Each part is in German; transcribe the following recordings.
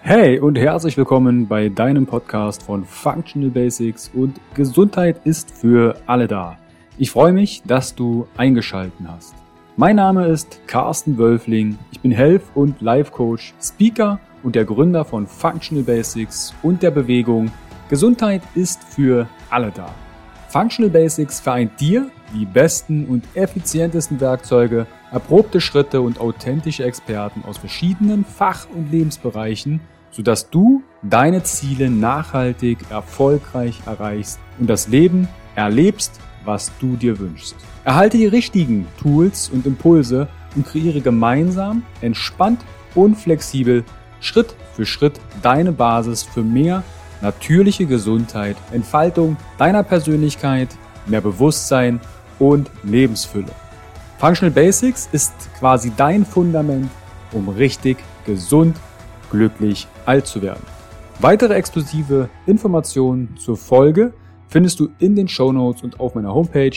Hey und herzlich willkommen bei deinem Podcast von Functional Basics und Gesundheit ist für alle da. Ich freue mich, dass du eingeschaltet hast. Mein Name ist Carsten Wölfling, ich bin Health- und Life-Coach, Speaker und der Gründer von Functional Basics und der Bewegung Gesundheit ist für alle da. Functional Basics vereint dir die besten und effizientesten Werkzeuge, erprobte Schritte und authentische Experten aus verschiedenen Fach- und Lebensbereichen, sodass du deine Ziele nachhaltig erfolgreich erreichst und das Leben erlebst, was du dir wünschst. Erhalte die richtigen Tools und Impulse und kreiere gemeinsam, entspannt und flexibel Schritt für Schritt deine Basis für mehr natürliche Gesundheit, Entfaltung deiner Persönlichkeit, mehr Bewusstsein und Lebensfülle. Functional Basics ist quasi dein Fundament, um richtig gesund, glücklich alt zu werden. Weitere exklusive Informationen zur Folge findest du in den Shownotes und auf meiner Homepage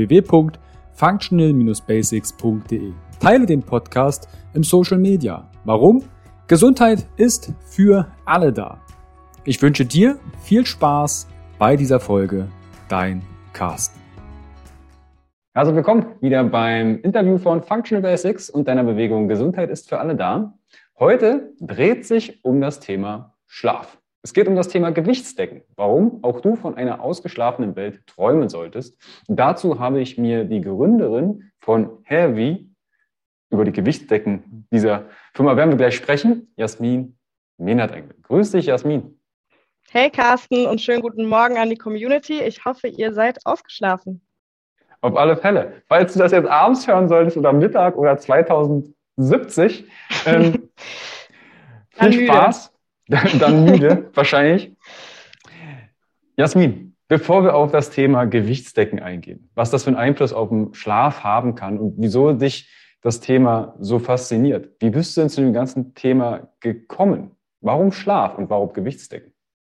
www.functional-basics.de. Teile den Podcast im Social Media. Warum? Gesundheit ist für alle da. Ich wünsche dir viel Spaß bei dieser Folge. Dein Carsten. Also willkommen wieder beim Interview von Functional Basics und deiner Bewegung Gesundheit ist für alle da. Heute dreht sich um das Thema Schlaf. Es geht um das Thema Gewichtsdecken. Warum auch du von einer ausgeschlafenen Welt träumen solltest. Und dazu habe ich mir die Gründerin von Heavy über die Gewichtsdecken dieser Firma werden wir gleich sprechen, Jasmin Mehnert. Grüß dich, Jasmin. Hey Carsten und schönen guten Morgen an die Community. Ich hoffe, ihr seid ausgeschlafen. Auf alle Fälle. Falls du das jetzt abends hören solltest oder Mittag oder 2070, viel Spaß. Dann müde wahrscheinlich. Jasmin, bevor wir auf das Thema Gewichtsdecken eingehen, was das für einen Einfluss auf den Schlaf haben kann und wieso dich das Thema so fasziniert, wie bist du denn zu dem ganzen Thema gekommen? Warum Schlaf und warum Gewichtsdecken?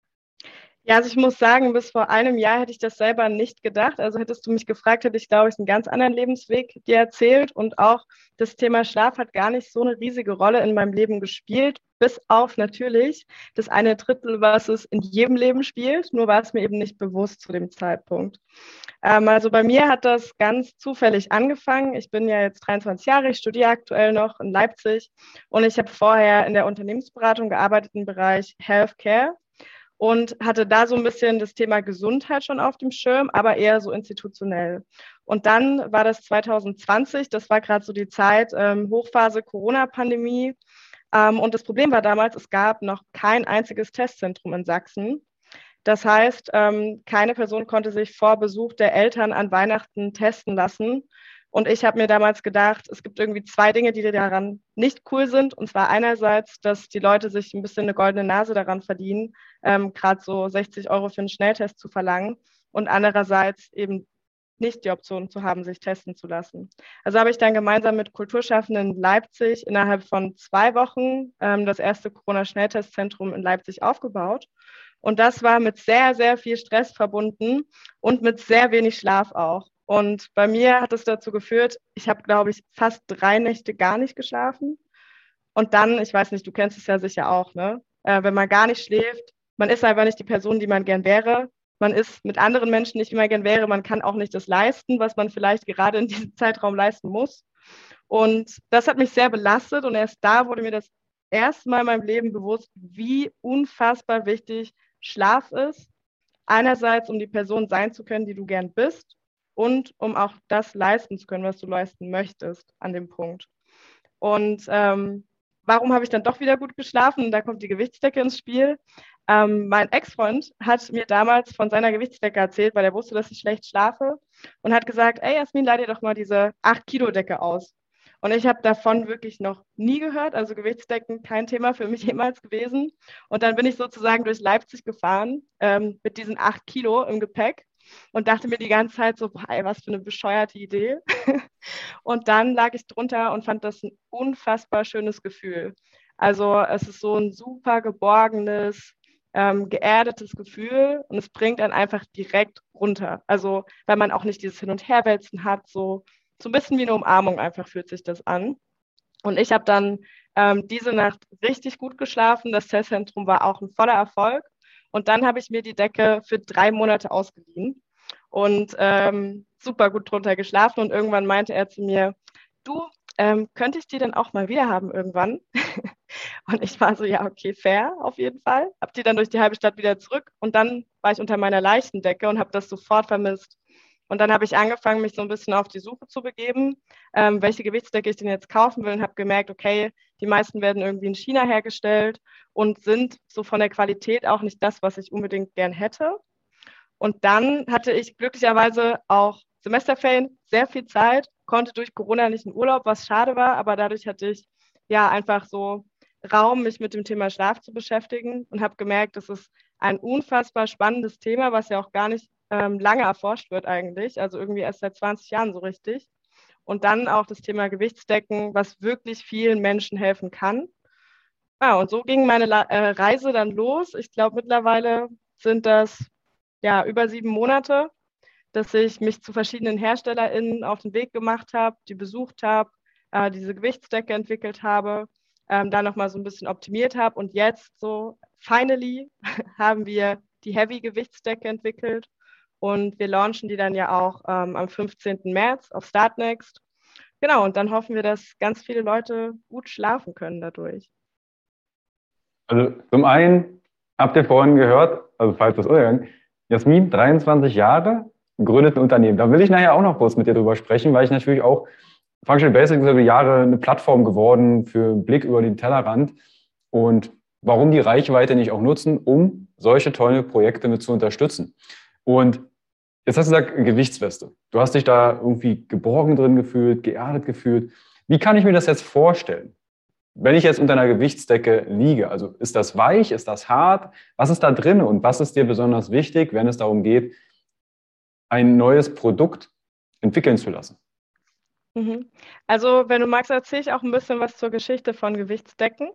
Ja, also ich muss sagen, bis vor einem Jahr hätte ich das selber nicht gedacht. Also hättest du mich gefragt, hätte ich, glaube ich, einen ganz anderen Lebensweg dir erzählt. Und auch das Thema Schlaf hat gar nicht so eine riesige Rolle in meinem Leben gespielt, bis auf natürlich das 1/3, was es in jedem Leben spielt. Nur war es mir eben nicht bewusst zu dem Zeitpunkt. Also bei mir hat das ganz zufällig angefangen. Ich bin ja jetzt 23 Jahre, ich studiere aktuell noch in Leipzig und ich habe vorher in der Unternehmensberatung gearbeitet im Bereich Healthcare. Und hatte da so ein bisschen das Thema Gesundheit schon auf dem Schirm, aber eher so institutionell. Und dann war das 2020, das war gerade so die Zeit, Hochphase Corona-Pandemie. Und das Problem war damals, es gab noch kein einziges Testzentrum in Sachsen. Das heißt, keine Person konnte sich vor Besuch der Eltern an Weihnachten testen lassen. Und ich habe mir damals gedacht, es gibt irgendwie zwei Dinge, die daran nicht cool sind. Und zwar einerseits, dass die Leute sich ein bisschen eine goldene Nase daran verdienen, gerade so 60 € für einen Schnelltest zu verlangen. Und andererseits eben nicht die Option zu haben, sich testen zu lassen. Also habe ich dann gemeinsam mit Kulturschaffenden in Leipzig innerhalb von 2 Wochen das erste Corona-Schnelltestzentrum in Leipzig aufgebaut. Und das war mit sehr, sehr viel Stress verbunden und mit sehr wenig Schlaf auch. Und bei mir hat es dazu geführt, ich habe, glaube ich, fast 3 Nächte gar nicht geschlafen. Und dann, ich weiß nicht, du kennst es ja sicher auch, ne? Wenn man gar nicht schläft, man ist einfach nicht die Person, die man gern wäre. Man ist mit anderen Menschen nicht, wie man gern wäre. Man kann auch nicht das leisten, was man vielleicht gerade in diesem Zeitraum leisten muss. Und das hat mich sehr belastet. Und erst da wurde mir das erste Mal in meinem Leben bewusst, wie unfassbar wichtig Schlaf ist. Einerseits, um die Person sein zu können, die du gern bist. Und um auch das leisten zu können, was du leisten möchtest an dem Punkt. Und warum habe ich dann doch wieder gut geschlafen? Da kommt die Gewichtsdecke ins Spiel. Mein Ex-Freund hat mir damals von seiner Gewichtsdecke erzählt, weil er wusste, dass ich schlecht schlafe und hat gesagt, ey Jasmin, leih dir doch mal diese 8-Kilo-Decke aus. Und ich habe davon wirklich noch nie gehört, also Gewichtsdecken kein Thema für mich jemals gewesen. Und dann bin ich sozusagen durch Leipzig gefahren mit diesen 8 Kilo im Gepäck und dachte mir die ganze Zeit so, boah, ey, was für eine bescheuerte Idee. Und dann lag ich drunter und fand das ein unfassbar schönes Gefühl. Also es ist so ein super geborgenes, geerdetes Gefühl und es bringt einen einfach direkt runter. Also weil man auch nicht dieses Hin- und Herwälzen hat, so ein bisschen wie eine Umarmung einfach fühlt sich das an. Und ich habe dann Diese Nacht richtig gut geschlafen. Das Testzentrum war auch ein voller Erfolg. Und dann habe ich mir die Decke für 3 Monate ausgeliehen und super gut drunter geschlafen. Und irgendwann meinte er zu mir, du, könnte ich die dann auch mal wieder haben irgendwann? Und ich war so, ja, okay, fair, auf jeden Fall. Hab die dann durch die halbe Stadt wieder zurück und dann war ich unter meiner leichten Decke und habe das sofort vermisst. Und dann habe ich angefangen, mich so ein bisschen auf die Suche zu begeben, welche Gewichtsdecke ich denn jetzt kaufen will und habe gemerkt, okay, die meisten werden irgendwie in China hergestellt und sind so von der Qualität auch nicht das, was ich unbedingt gern hätte. Und dann hatte ich glücklicherweise auch Semesterferien, sehr viel Zeit, konnte durch Corona nicht in Urlaub, was schade war, aber dadurch hatte ich ja einfach so Raum, mich mit dem Thema Schlaf zu beschäftigen und habe gemerkt, das ist ein unfassbar spannendes Thema, was ja auch gar nicht lange erforscht wird eigentlich, also irgendwie erst seit 20 Jahren so richtig. Und dann auch das Thema Gewichtsdecken, was wirklich vielen Menschen helfen kann. Ja, und so ging meine Reise dann los. Ich glaube, mittlerweile sind das ja über 7 Monate, dass ich mich zu verschiedenen HerstellerInnen auf den Weg gemacht habe, die besucht habe, diese Gewichtsdecke entwickelt habe, da nochmal so ein bisschen optimiert habe. Und jetzt so, finally, haben wir die Heavy-Gewichtsdecke entwickelt. Und wir launchen die dann ja auch am 15. März auf Startnext. Genau, und dann hoffen wir, dass ganz viele Leute gut schlafen können dadurch. Also zum einen habt ihr vorhin gehört, also falls das untergegangen, Jasmin, 23 Jahre, gründet ein Unternehmen. Da will ich nachher auch noch kurz mit dir drüber sprechen, weil ich natürlich auch, Functional Basics ist über die Jahre eine Plattform geworden für einen Blick über den Tellerrand und warum die Reichweite nicht auch nutzen, um solche tollen Projekte mit zu unterstützen. Und jetzt hast du gesagt, Gewichtsweste. Du hast dich da irgendwie geborgen drin gefühlt, geerdet gefühlt. Wie kann ich mir das jetzt vorstellen? Wenn ich jetzt unter einer Gewichtsdecke liege, also ist das weich, ist das hart? Was ist da drin und was ist dir besonders wichtig, wenn es darum geht, ein neues Produkt entwickeln zu lassen? Also, wenn du magst, erzähle ich auch ein bisschen was zur Geschichte von Gewichtsdecken.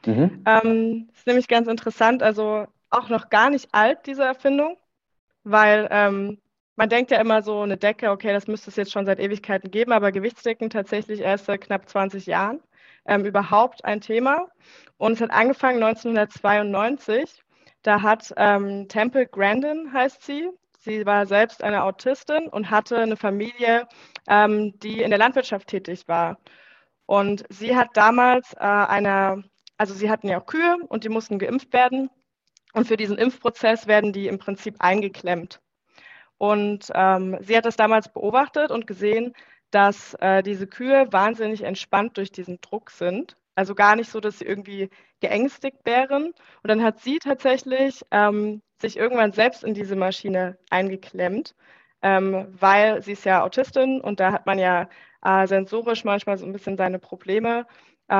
Ist nämlich ganz interessant, also auch noch gar nicht alt, diese Erfindung, weil man denkt ja immer so, eine Decke, okay, das müsste es jetzt schon seit Ewigkeiten geben, aber Gewichtsdecken tatsächlich erst seit knapp 20 Jahren überhaupt ein Thema. Und es hat angefangen 1992. Da hat Temple Grandin, heißt sie. Sie war selbst eine Autistin und hatte eine Familie, die in der Landwirtschaft tätig war. Und sie hat damals also sie hatten ja auch Kühe und die mussten geimpft werden. Und für diesen Impfprozess werden die im Prinzip eingeklemmt. Und sie hat das damals beobachtet und gesehen, dass diese Kühe wahnsinnig entspannt durch diesen Druck sind. Also gar nicht so, dass sie irgendwie geängstigt wären. Und dann hat sie tatsächlich sich irgendwann selbst in diese Maschine eingeklemmt, weil sie ist ja Autistin und da hat man ja sensorisch manchmal so ein bisschen seine Probleme.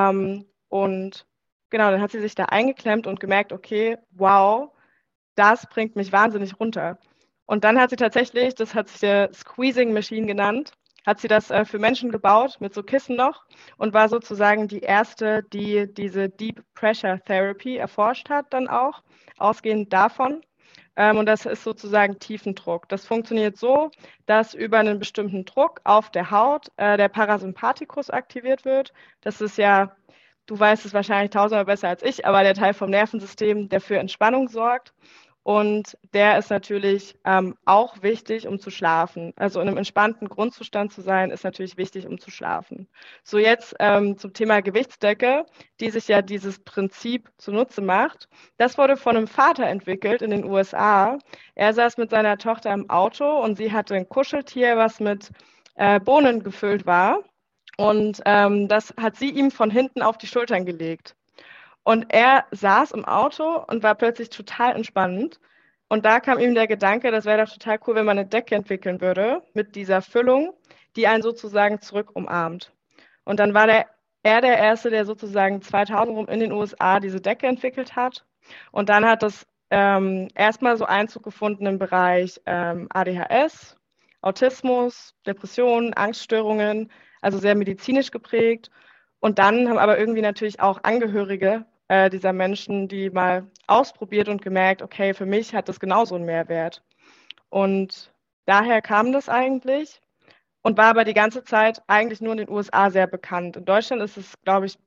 Und genau, dann hat sie sich da eingeklemmt und gemerkt, okay, wow, das bringt mich wahnsinnig runter. Und dann hat sie tatsächlich, das hat sich der Squeezing Machine genannt, hat sie das für Menschen gebaut mit so Kissen noch und war sozusagen die erste, die diese Deep Pressure Therapy erforscht hat, dann auch, ausgehend davon. Und das ist sozusagen Tiefendruck. Das funktioniert so, dass über einen bestimmten Druck auf der Haut der Parasympathikus aktiviert wird. Das ist ja, du weißt es wahrscheinlich tausendmal besser als ich, aber der Teil vom Nervensystem, der für Entspannung sorgt. Und der ist natürlich auch wichtig, um zu schlafen. Also in einem entspannten Grundzustand zu sein, ist natürlich wichtig, um zu schlafen. So, jetzt zum Thema Gewichtsdecke, die sich ja dieses Prinzip zunutze macht. Das wurde von einem Vater entwickelt in den USA. Er saß mit seiner Tochter im Auto und sie hatte ein Kuscheltier, was mit Bohnen gefüllt war. Und das hat sie ihm von hinten auf die Schultern gelegt. Und er saß im Auto und war plötzlich total entspannt. Und da kam ihm der Gedanke, das wäre doch total cool, wenn man eine Decke entwickeln würde mit dieser Füllung, die einen sozusagen zurück umarmt. Und dann war er der Erste, der sozusagen 2000 rum in den USA diese Decke entwickelt hat. Und dann hat das erstmal so Einzug gefunden im Bereich ADHS, Autismus, Depressionen, Angststörungen, also sehr medizinisch geprägt. Und dann haben aber irgendwie natürlich auch Angehörige dieser Menschen, die mal ausprobiert und gemerkt, okay, für mich hat das genauso einen Mehrwert. Und daher kam das eigentlich und war aber die ganze Zeit eigentlich nur in den USA sehr bekannt. In Deutschland ist es, glaube ich,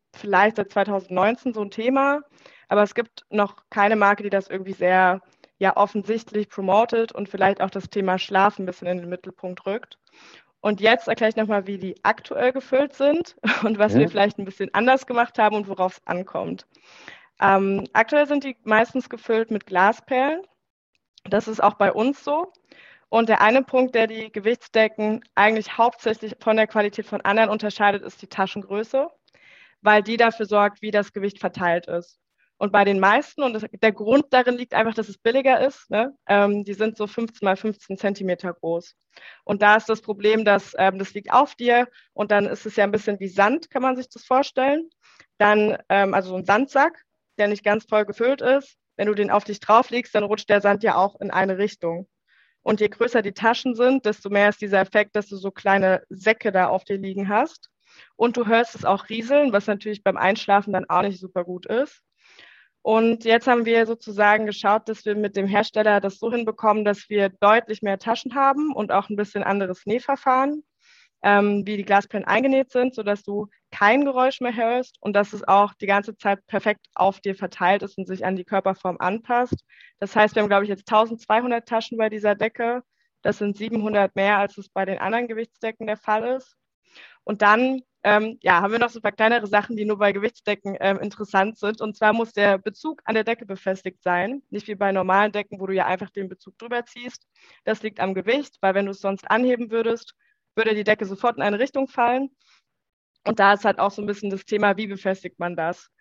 vielleicht seit 2019 so ein Thema, aber es gibt noch keine Marke, die das irgendwie sehr offensichtlich promotet und vielleicht auch das Thema Schlaf ein bisschen in den Mittelpunkt rückt. Und jetzt erkläre ich nochmal, wie die aktuell gefüllt sind und was wir vielleicht ein bisschen anders gemacht haben und worauf es ankommt. Aktuell sind die meistens gefüllt mit Glasperlen. Das ist auch bei uns so. Und der eine Punkt, der die Gewichtsdecken eigentlich hauptsächlich von der Qualität von anderen unterscheidet, ist die Taschengröße, weil die dafür sorgt, wie das Gewicht verteilt ist. Und bei den meisten, und der Grund darin liegt einfach, dass es billiger ist, ne? Die sind so 15 mal 15 Zentimeter groß. Und da ist das Problem, dass das liegt auf dir und dann ist es ja ein bisschen wie Sand, kann man sich das vorstellen. Dann, also so ein Sandsack, der nicht ganz voll gefüllt ist. Wenn du den auf dich drauflegst, dann rutscht der Sand ja auch in eine Richtung. Und je größer die Taschen sind, desto mehr ist dieser Effekt, dass du so kleine Säcke da auf dir liegen hast. Und du hörst es auch rieseln, was natürlich beim Einschlafen dann auch nicht super gut ist. Und jetzt haben wir sozusagen geschaut, dass wir mit dem Hersteller das so hinbekommen, dass wir deutlich mehr Taschen haben und auch ein bisschen anderes Nähverfahren, wie die Glasperlen eingenäht sind, sodass du kein Geräusch mehr hörst und dass es auch die ganze Zeit perfekt auf dir verteilt ist und sich an die Körperform anpasst. Das heißt, wir haben, glaube ich, jetzt 1200 Taschen bei dieser Decke. Das sind 700 mehr, als es bei den anderen Gewichtsdecken der Fall ist. Und dann haben wir noch so ein paar kleinere Sachen, die nur bei Gewichtsdecken interessant sind. Und zwar muss der Bezug an der Decke befestigt sein. Nicht wie bei normalen Decken, wo du ja einfach den Bezug drüber ziehst. Das liegt am Gewicht, weil wenn du es sonst anheben würdest, würde die Decke sofort in eine Richtung fallen. Und da ist halt auch so ein bisschen das Thema, wie befestigt man das?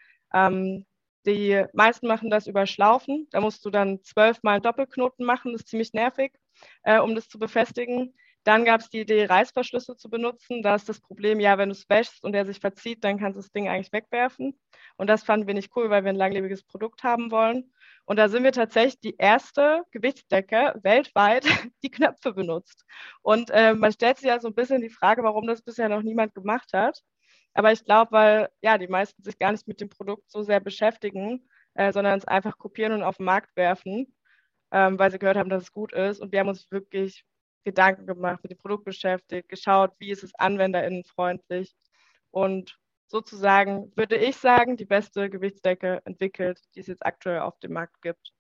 Die meisten machen das über Schlaufen. Da musst du dann 12 Mal Doppelknoten machen. Das ist ziemlich nervig, um das zu befestigen. Dann gab es die Idee, Reißverschlüsse zu benutzen. Da ist das Problem, ja, wenn du es wäschst und der sich verzieht, dann kannst du das Ding eigentlich wegwerfen. Und das fanden wir nicht cool, weil wir ein langlebiges Produkt haben wollen. Und da sind wir tatsächlich die erste Gewichtsdecke weltweit, die Knöpfe benutzt. Und man stellt sich ja so ein bisschen die Frage, warum das bisher noch niemand gemacht hat. Aber ich glaube, weil ja die meisten sich gar nicht mit dem Produkt so sehr beschäftigen, sondern es einfach kopieren und auf den Markt werfen, weil sie gehört haben, dass es gut ist. Und wir haben uns wirklich Gedanken gemacht, mit dem Produkt beschäftigt, geschaut, wie ist es anwenderinnenfreundlich und sozusagen, würde ich sagen, die beste Gewichtsdecke entwickelt, die es jetzt aktuell auf dem Markt gibt.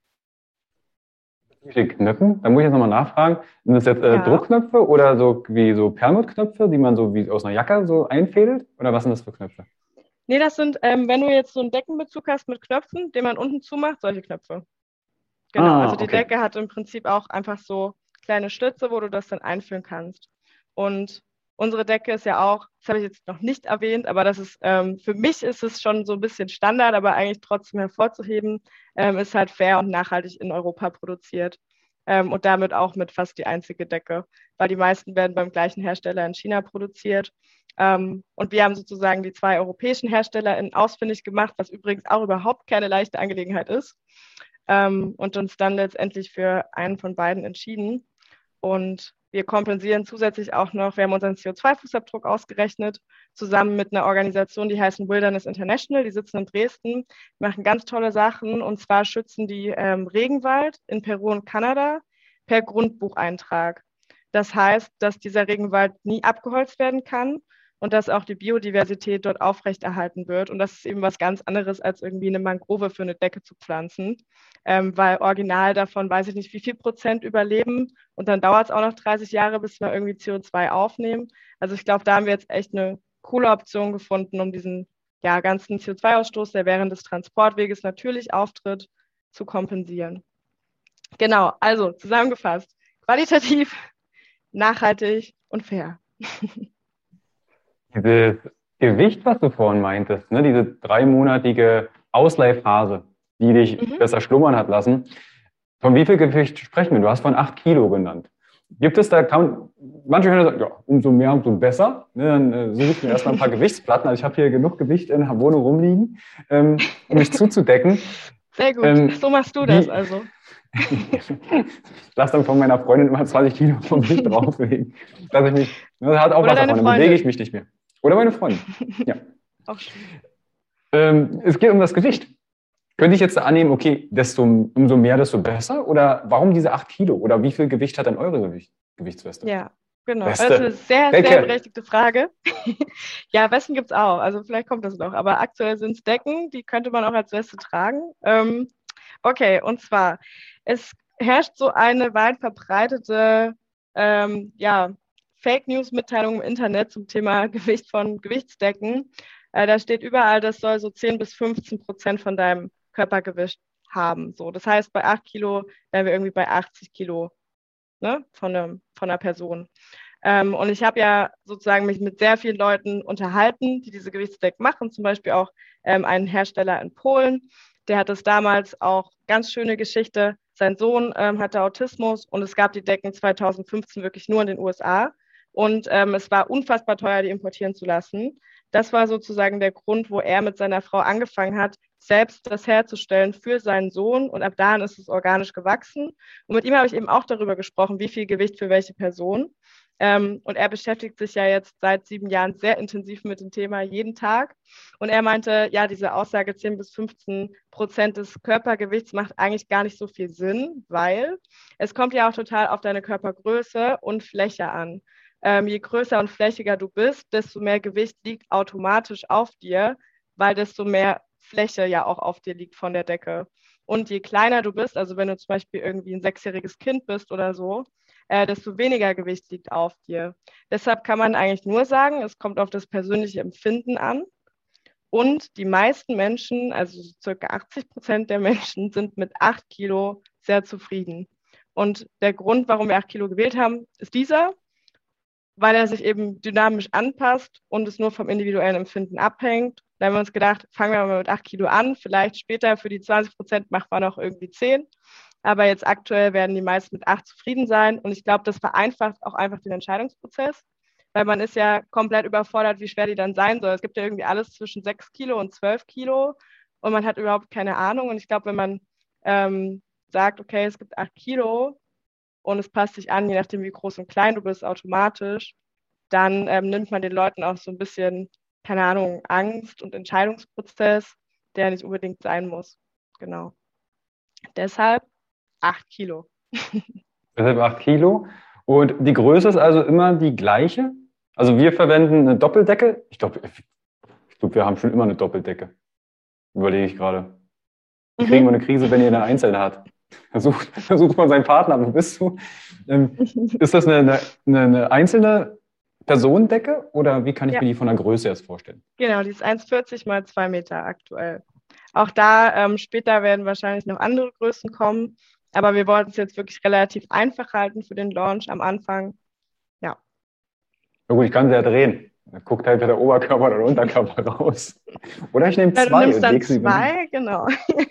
Die Knöpfe, da muss ich jetzt nochmal nachfragen, sind das jetzt Druckknöpfe oder so wie so Perlmuttknöpfe, die man so wie aus einer Jacke so einfädelt? Oder was sind das für Knöpfe? Nee, das sind, wenn du jetzt so einen Deckenbezug hast mit Knöpfen, den man unten zumacht, solche Knöpfe. Genau, also die Decke hat im Prinzip auch einfach so kleine Stütze, wo du das dann einführen kannst. Und unsere Decke ist ja auch, das habe ich jetzt noch nicht erwähnt, aber das ist, für mich ist es schon so ein bisschen Standard, aber eigentlich trotzdem hervorzuheben, ist halt fair und nachhaltig in Europa produziert. Und damit auch mit fast die einzige Decke, weil die meisten werden beim gleichen Hersteller in China produziert. Und wir haben sozusagen die 2 europäischen HerstellerInnen ausfindig gemacht, was übrigens auch überhaupt keine leichte Angelegenheit ist. Und uns dann letztendlich für einen von beiden entschieden. Und wir kompensieren zusätzlich auch noch, wir haben unseren CO2-Fußabdruck ausgerechnet, zusammen mit einer Organisation, die heißt Wilderness International, die sitzen in Dresden, die machen ganz tolle Sachen und zwar schützen die Regenwald in Peru und Kanada per Grundbucheintrag. Das heißt, dass dieser Regenwald nie abgeholzt werden kann und dass auch die Biodiversität dort aufrechterhalten wird. Und das ist eben was ganz anderes, als irgendwie eine Mangrove für eine Decke zu pflanzen, weil original davon weiß ich nicht, wie viel Prozent überleben. Und dann dauert es auch noch 30 Jahre, bis wir irgendwie CO2 aufnehmen. Also ich glaube, da haben wir jetzt echt eine coole Option gefunden, um diesen ganzen CO2-Ausstoß, der während des Transportweges natürlich auftritt, zu kompensieren. Genau, also zusammengefasst, qualitativ, nachhaltig und fair. Dieses Gewicht, was du vorhin meintest, ne, diese 3-monatige Ausleihphase, die dich besser schlummern hat lassen. Von wie viel Gewicht sprechen wir? Du hast von 8 Kilo genannt. Gibt es da, manche hören sagen, ja, umso mehr, umso besser. Ne, dann suche ich mir erstmal ein paar Gewichtsplatten. Also ich habe hier genug Gewicht in der Wohnung rumliegen, um mich zuzudecken. Sehr gut, so machst du das also. Ich lasse dann von meiner Freundin immer 20 Kilo vom Gewicht drauflegen. Dass ich mich, das hat auch was davon, dann bewege ich mich nicht mehr. Oder meine Freundin. Ja. Auch schön. Es geht um das Gewicht. Könnte ich jetzt annehmen, okay, umso mehr, desto besser? Oder warum diese 8 Kilo? Oder wie viel Gewicht hat denn eure Gewichtsweste? Ja, Genau. Das ist Beste eine sehr, Decke. sehr berechtigte Frage. Ja, Westen gibt es auch. Also vielleicht kommt das noch. Aber aktuell sind es Decken, die könnte man auch als Weste tragen. Okay, und zwar, es herrscht so eine weit verbreitete ja, Fake News-Mitteilung im Internet zum Thema Gewicht von Gewichtsdecken. Da steht überall, das soll so 10-15% von deinem Körpergewicht haben. So, das heißt, bei 8 Kilo wären wir irgendwie bei 80 Kilo, ne, von einer Person. Und ich habe ja sozusagen mich mit sehr vielen Leuten unterhalten, die diese Gewichtsdecken machen, zum Beispiel auch einen Hersteller in Polen. Der hat es damals auch, ganz schöne Geschichte, sein Sohn hatte Autismus und es gab die Decken 2015 wirklich nur in den USA. Und es war unfassbar teuer, die importieren zu lassen. Das war sozusagen der Grund, wo er mit seiner Frau angefangen hat, selbst das herzustellen für seinen Sohn. Und ab dahin ist es organisch gewachsen. Und mit ihm habe ich eben auch darüber gesprochen, wie viel Gewicht für welche Person. Und er beschäftigt sich ja jetzt seit 7 Jahren sehr intensiv mit dem Thema, jeden Tag. Und er meinte, ja, diese Aussage 10-15% des Körpergewichts macht eigentlich gar nicht so viel Sinn, weil es kommt ja auch total auf deine Körpergröße und Fläche an. Je größer und flächiger du bist, desto mehr Gewicht liegt automatisch auf dir, weil desto mehr Fläche ja auch auf dir liegt von der Decke. Und je kleiner du bist, also wenn du zum Beispiel irgendwie ein 6-jähriges Kind bist oder so, desto weniger Gewicht liegt auf dir. Deshalb kann man eigentlich nur sagen, es kommt auf das persönliche Empfinden an. Und die meisten Menschen, also circa 80% der Menschen, sind mit 8 Kilo sehr zufrieden. Und der Grund, warum wir 8 Kilo gewählt haben, ist dieser, weil er sich eben dynamisch anpasst und es nur vom individuellen Empfinden abhängt. Da haben wir uns gedacht, fangen wir mal mit 8 Kilo an, vielleicht später für die 20% machen wir noch irgendwie 10. Aber jetzt aktuell werden die meisten mit 8 zufrieden sein. Und ich glaube, das vereinfacht auch einfach den Entscheidungsprozess, weil man ist ja komplett überfordert, wie schwer die dann sein soll. Es gibt ja irgendwie alles zwischen 6 Kilo und 12 Kilo und man hat überhaupt keine Ahnung. Und ich glaube, wenn man sagt, okay, es gibt 8 Kilo und es passt sich an, je nachdem, wie groß und klein du bist, automatisch, dann nimmt man den Leuten auch so ein bisschen, keine Ahnung, Angst und Entscheidungsprozess, der nicht unbedingt sein muss. Genau. Deshalb 8 Kilo. Deshalb 8 Kilo. Und die Größe ist also immer die gleiche? Also wir verwenden eine Doppeldecke. Ich glaube, wir haben schon immer eine Doppeldecke. Überlege ich gerade. Wir kriegen wir eine Krise, wenn ihr eine einzelne hat. Versucht man seinen Partner, wo bist du? Ist das eine einzelne Personendecke oder wie kann ich mir die von der Größe jetzt vorstellen? Genau, die ist 1,40 mal 2 Meter aktuell. Auch da später werden wahrscheinlich noch andere Größen kommen, aber wir wollten es jetzt wirklich relativ einfach halten für den Launch am Anfang. Ja. Na gut, ich kann sie ja drehen. Da guckt halt der Oberkörper oder der Unterkörper raus. Oder ich nehme Ja, zwei. du nimmst dann zwei, genau.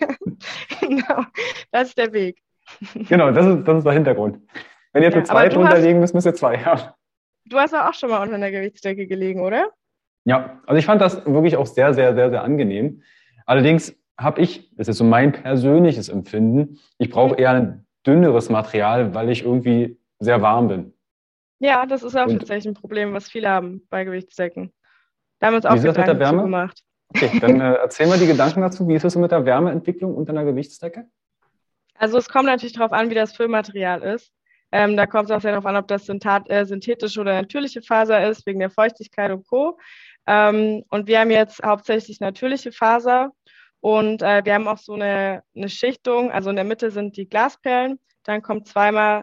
Genau, das ist der Weg. Genau, das ist der Hintergrund. Wenn ihr jetzt zwei drunter legen müsst, müsst ihr zwei haben. Du hast auch schon mal unter einer Gewichtsdecke gelegen, oder? Ja, also ich fand das wirklich auch sehr, sehr, sehr, sehr angenehm. Allerdings das ist so mein persönliches Empfinden, ich brauche eher ein dünneres Material, weil ich irgendwie sehr warm bin. Ja, das ist auch tatsächlich ein Problem, was viele haben bei Gewichtsdecken. Da haben wir uns auch Gedanken zu gemacht. Okay, dann erzähl mal die Gedanken dazu. Wie ist es so mit der Wärmeentwicklung unter einer Gewichtsdecke? Also es kommt natürlich darauf an, wie das Füllmaterial ist. Da kommt es auch sehr darauf an, ob das synthetische oder natürliche Faser ist, wegen der Feuchtigkeit und Co. Und wir haben jetzt hauptsächlich natürliche Faser und wir haben auch so eine Schichtung. Also in der Mitte sind die Glasperlen, dann kommt zweimal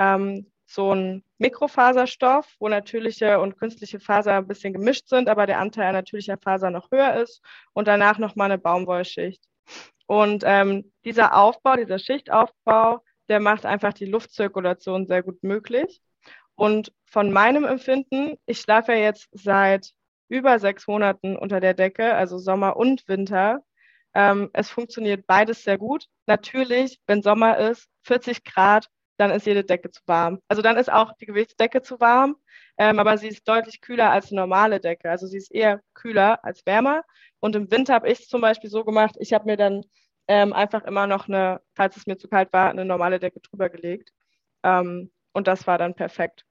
so ein Mikrofaserstoff, wo natürliche und künstliche Faser ein bisschen gemischt sind, aber der Anteil an natürlicher Faser noch höher ist und danach nochmal eine Baumwollschicht. Und dieser Schichtaufbau, der macht einfach die Luftzirkulation sehr gut möglich. Und von meinem Empfinden, ich schlafe ja jetzt seit über 6 Monaten unter der Decke, also Sommer und Winter. Es funktioniert beides sehr gut. Natürlich, wenn Sommer ist, 40 Grad, dann ist jede Decke zu warm. Also dann ist auch die Gewichtsdecke zu warm, aber sie ist deutlich kühler als eine normale Decke. Also sie ist eher kühler als wärmer. Und im Winter habe ich es zum Beispiel so gemacht, ich habe mir dann einfach immer noch falls es mir zu kalt war, eine normale Decke drüber gelegt. Und das war dann perfekt.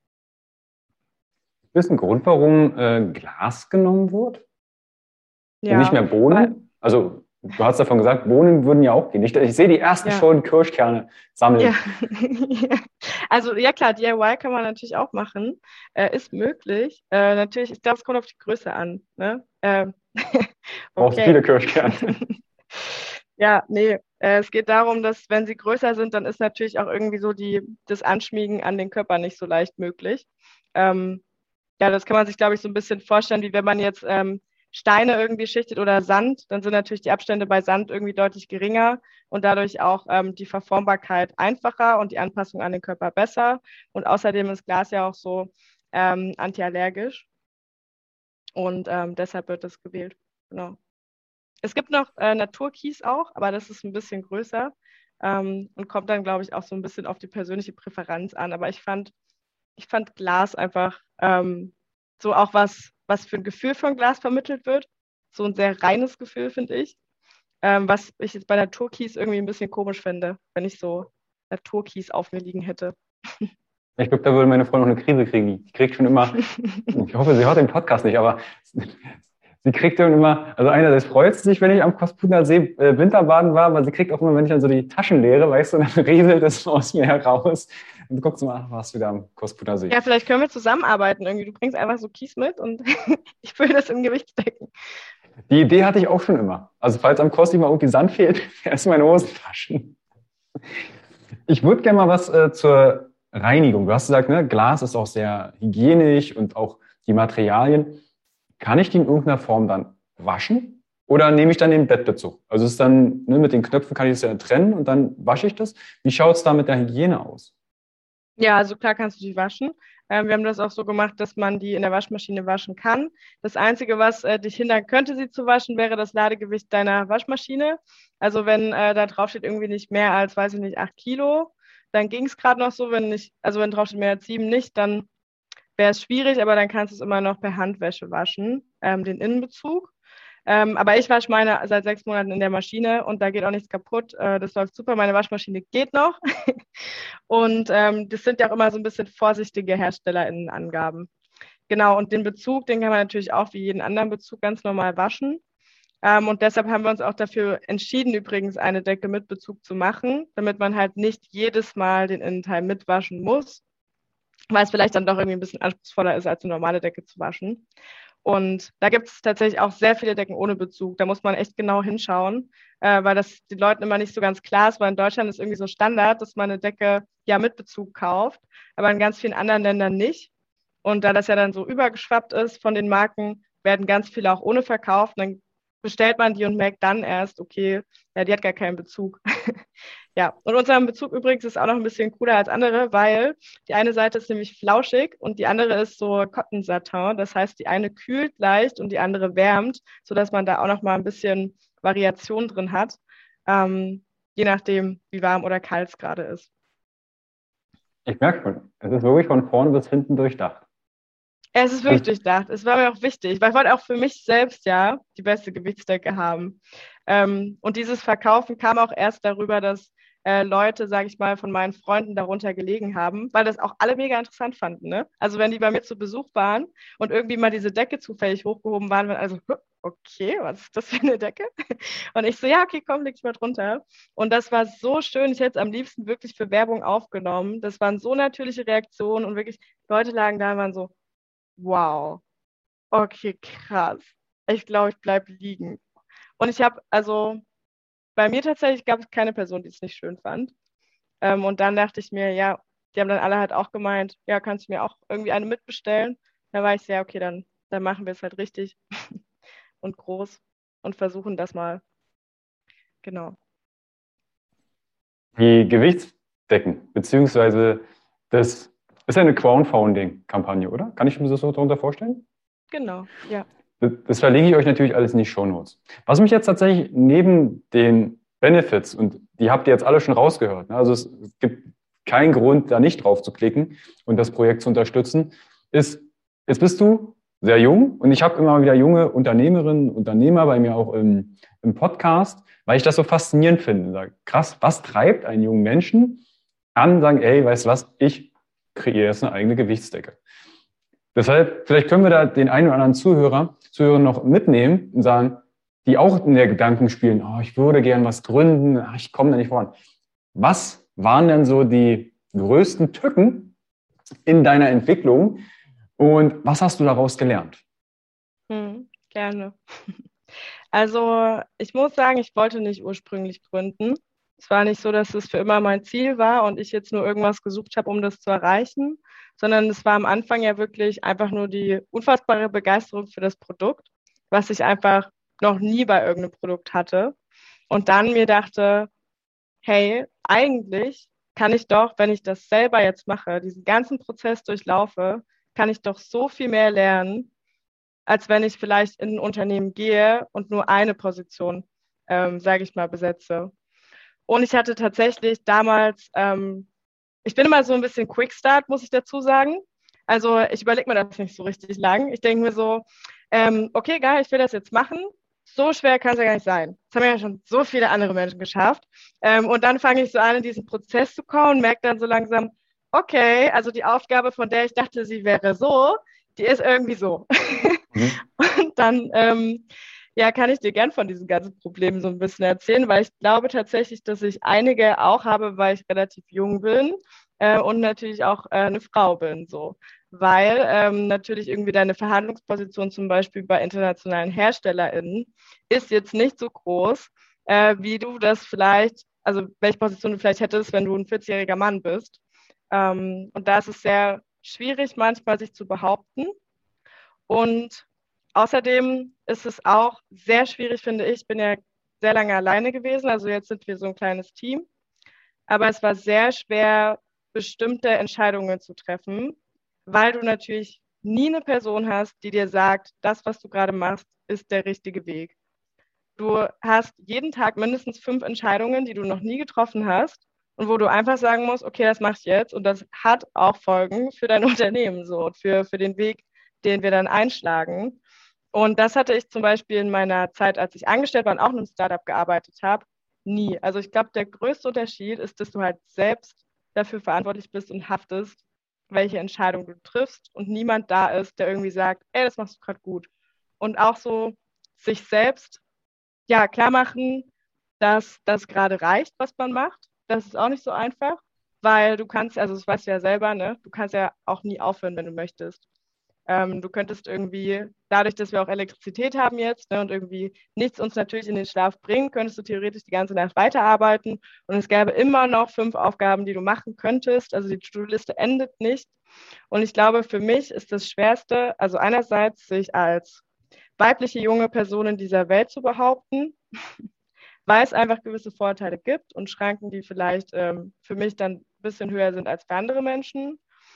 Ist ein Grund, warum Glas genommen wird? Ja. Und nicht mehr Boden? Also Du hast davon gesagt, Bohnen würden ja auch gehen. Ich sehe die ersten schon Kirschkerne sammeln. Ja. Also ja klar, DIY kann man natürlich auch machen. Ist möglich. Natürlich, ich glaube, es kommt auf die Größe an. Ne? Brauchst viele Kirschkerne. Ja, nee. Es geht darum, dass wenn sie größer sind, dann ist natürlich auch irgendwie so das Anschmiegen an den Körper nicht so leicht möglich. Ja, das kann man sich, glaube ich, so ein bisschen vorstellen, wie wenn man jetzt Steine irgendwie schichtet oder Sand, dann sind natürlich die Abstände bei Sand irgendwie deutlich geringer und dadurch auch die Verformbarkeit einfacher und die Anpassung an den Körper besser. Und außerdem ist Glas ja auch so antiallergisch und deshalb wird das gewählt. Genau. Es gibt noch Naturkies auch, aber das ist ein bisschen größer und kommt dann, glaube ich, auch so ein bisschen auf die persönliche Präferenz an. Aber ich fand Glas einfach so auch was für ein Gefühl von Glas vermittelt wird. So ein sehr reines Gefühl, finde ich. Was ich jetzt bei Naturkies irgendwie ein bisschen komisch finde, wenn ich so Naturkies auf mir liegen hätte. Ich glaube, da würde meine Frau noch eine Krise kriegen. Die kriegt schon immer, ich hoffe, sie hört den Podcast nicht, aber sie kriegt dann immer, also einerseits freut sie sich, wenn ich am Kosputner See Winterbaden war, aber sie kriegt auch immer, wenn ich dann so die Taschen leere, weißt du, dann rieselt es aus mir heraus. Und du guckst mal, warst du wieder am Kosputner See. Ja, vielleicht können wir zusammenarbeiten irgendwie. Du bringst einfach so Kies mit und ich fülle das in Gewichtsdecken. Die Idee hatte ich auch schon immer. Also falls am Kosti mal irgendwie Sand fehlt, erst meine Hosentaschen. Ich würde gerne mal was zur Reinigung. Du hast gesagt, ne, Glas ist auch sehr hygienisch und auch die Materialien. Kann ich die in irgendeiner Form dann waschen? Oder nehme ich dann den Bettbezug? Also ist dann, ne, mit den Knöpfen kann ich es ja trennen und dann wasche ich das. Wie schaut es da mit der Hygiene aus? Ja, also klar kannst du die waschen. Wir haben das auch so gemacht, dass man die in der Waschmaschine waschen kann. Das Einzige, was dich hindern könnte, sie zu waschen, wäre das Ladegewicht deiner Waschmaschine. Also wenn da drauf steht irgendwie nicht mehr als, weiß ich nicht, 8 Kilo, dann ging es gerade noch so. Wenn drauf steht mehr als 7 nicht, dann wäre es schwierig, aber dann kannst du es immer noch per Handwäsche waschen, den Innenbezug. Aber ich wasche meine seit 6 Monaten in der Maschine und da geht auch nichts kaputt. Das läuft super. Meine Waschmaschine geht noch. Und das sind ja auch immer so ein bisschen vorsichtige HerstellerInnen-Angaben. Genau, und den Bezug, den kann man natürlich auch wie jeden anderen Bezug ganz normal waschen. Und deshalb haben wir uns auch dafür entschieden, übrigens eine Decke mit Bezug zu machen, damit man halt nicht jedes Mal den Innenteil mitwaschen muss, weil es vielleicht dann doch irgendwie ein bisschen anspruchsvoller ist, als eine normale Decke zu waschen. Und da gibt es tatsächlich auch sehr viele Decken ohne Bezug. Da muss man echt genau hinschauen, weil das den Leuten immer nicht so ganz klar ist, weil in Deutschland ist irgendwie so Standard, dass man eine Decke ja mit Bezug kauft, aber in ganz vielen anderen Ländern nicht. Und da das ja dann so übergeschwappt ist von den Marken, werden ganz viele auch ohne verkauft. Und dann bestellt man die und merkt dann erst, okay, ja, die hat gar keinen Bezug. Ja, und unser Bezug übrigens ist auch noch ein bisschen cooler als andere, weil die eine Seite ist nämlich flauschig und die andere ist so Cotton Satin. Das heißt, die eine kühlt leicht und die andere wärmt, sodass man da auch noch mal ein bisschen Variation drin hat, je nachdem, wie warm oder kalt es gerade ist. Ich merke schon, es ist wirklich von vorne bis hinten durchdacht. Es ist wirklich durchdacht. Es war mir auch wichtig, weil ich wollte auch für mich selbst ja die beste Gewichtsdecke haben. Und dieses Verkaufen kam auch erst darüber, dass Leute, sage ich mal, von meinen Freunden darunter gelegen haben, weil das auch alle mega interessant fanden. Ne? Also wenn die bei mir zu Besuch waren und irgendwie mal diese Decke zufällig hochgehoben waren, also okay, was ist das für eine Decke? Und ich so, ja, okay, komm, leg dich mal drunter. Und das war so schön. Ich hätte es am liebsten wirklich für Werbung aufgenommen. Das waren so natürliche Reaktionen und wirklich Leute lagen da und waren so, wow, okay, krass. Ich glaube, ich bleibe liegen. Und ich habe, also bei mir tatsächlich gab es keine Person, die es nicht schön fand. Und dann dachte ich mir, ja, die haben dann alle halt auch gemeint, ja, kannst du mir auch irgendwie eine mitbestellen? Da war ich so, ja, okay, dann machen wir es halt richtig und groß und versuchen das mal. Genau. Die Gewichtsdecken, beziehungsweise das ist ja eine Crowdfunding-Kampagne, oder? Kann ich mir das so darunter vorstellen? Genau, ja. Das verlinke ich euch natürlich alles in die Shownotes. Was mich jetzt tatsächlich neben den Benefits, und die habt ihr jetzt alle schon rausgehört, ne? Also es gibt keinen Grund, da nicht drauf zu klicken und das Projekt zu unterstützen, ist, jetzt bist du sehr jung und ich habe immer wieder junge Unternehmerinnen, Unternehmer bei mir auch im Podcast, weil ich das so faszinierend finde. Sag, krass, was treibt einen jungen Menschen an, sagen, ey, weißt du was, ich kreiere jetzt eine eigene Gewichtsdecke. Deshalb, vielleicht können wir da den einen oder anderen Zuhörer noch mitnehmen und sagen, die auch in der Gedanken spielen, oh, ich würde gern was gründen, ich komme da nicht voran. Was waren denn so die größten Tücken in deiner Entwicklung und was hast du daraus gelernt? Gerne. Also ich muss sagen, ich wollte nicht ursprünglich gründen. Es war nicht so, dass es für immer mein Ziel war und ich jetzt nur irgendwas gesucht habe, um das zu erreichen, sondern es war am Anfang ja wirklich einfach nur die unfassbare Begeisterung für das Produkt, was ich einfach noch nie bei irgendeinem Produkt hatte. Und dann mir dachte, hey, eigentlich kann ich doch, wenn ich das selber jetzt mache, diesen ganzen Prozess durchlaufe, kann ich doch so viel mehr lernen, als wenn ich vielleicht in ein Unternehmen gehe und nur eine Position, sage ich mal, besetze. Und ich hatte tatsächlich damals, ich bin immer so ein bisschen Quickstart, muss ich dazu sagen. Also ich überlege mir das nicht so richtig lang. Ich denke mir so, okay, geil, ich will das jetzt machen. So schwer kann es ja gar nicht sein. Das haben ja schon so viele andere Menschen geschafft. Und dann fange ich so an, in diesen Prozess zu kommen und merke dann so langsam, okay, also die Aufgabe, von der ich dachte, sie wäre so, die ist irgendwie so. Mhm. Und dann ja, kann ich dir gern von diesen ganzen Problemen so ein bisschen erzählen, weil ich glaube tatsächlich, dass ich einige auch habe, weil ich relativ jung bin und natürlich auch eine Frau bin, so. Weil natürlich irgendwie deine Verhandlungsposition zum Beispiel bei internationalen HerstellerInnen ist jetzt nicht so groß, wie du das vielleicht, also welche Position du vielleicht hättest, wenn du ein 40-jähriger Mann bist. Und da ist es sehr schwierig, manchmal sich zu behaupten. Und außerdem ist es auch sehr schwierig, finde ich. Ich bin ja sehr lange alleine gewesen, also jetzt sind wir so ein kleines Team. Aber es war sehr schwer, bestimmte Entscheidungen zu treffen, weil du natürlich nie eine Person hast, die dir sagt, das, was du gerade machst, ist der richtige Weg. Du hast jeden Tag mindestens 5 Entscheidungen, die du noch nie getroffen hast und wo du einfach sagen musst, okay, das mach ich jetzt und das hat auch Folgen für dein Unternehmen so und für den Weg, den wir dann einschlagen. Und das hatte ich zum Beispiel in meiner Zeit, als ich angestellt war und auch in einem Startup gearbeitet habe, nie. Also ich glaube, der größte Unterschied ist, dass du halt selbst dafür verantwortlich bist und haftest, welche Entscheidung du triffst und niemand da ist, der irgendwie sagt, ey, das machst du gerade gut. Und auch so sich selbst ja, klar machen, dass das gerade reicht, was man macht. Das ist auch nicht so einfach, weil du kannst, also das weißt du ja selber, ne? Du kannst ja auch nie aufhören, wenn du möchtest. Du könntest irgendwie, dadurch, dass wir auch Elektrizität haben jetzt, ne, und irgendwie nichts uns natürlich in den Schlaf bringt, könntest du theoretisch die ganze Nacht weiterarbeiten und es gäbe immer noch 5 Aufgaben, die du machen könntest. Also die To-Do-Liste endet nicht. Und ich glaube, für mich ist das Schwerste, also einerseits sich als weibliche junge Person in dieser Welt zu behaupten, weil es einfach gewisse Vorteile gibt und Schranken, die vielleicht für mich dann ein bisschen höher sind als für andere Menschen.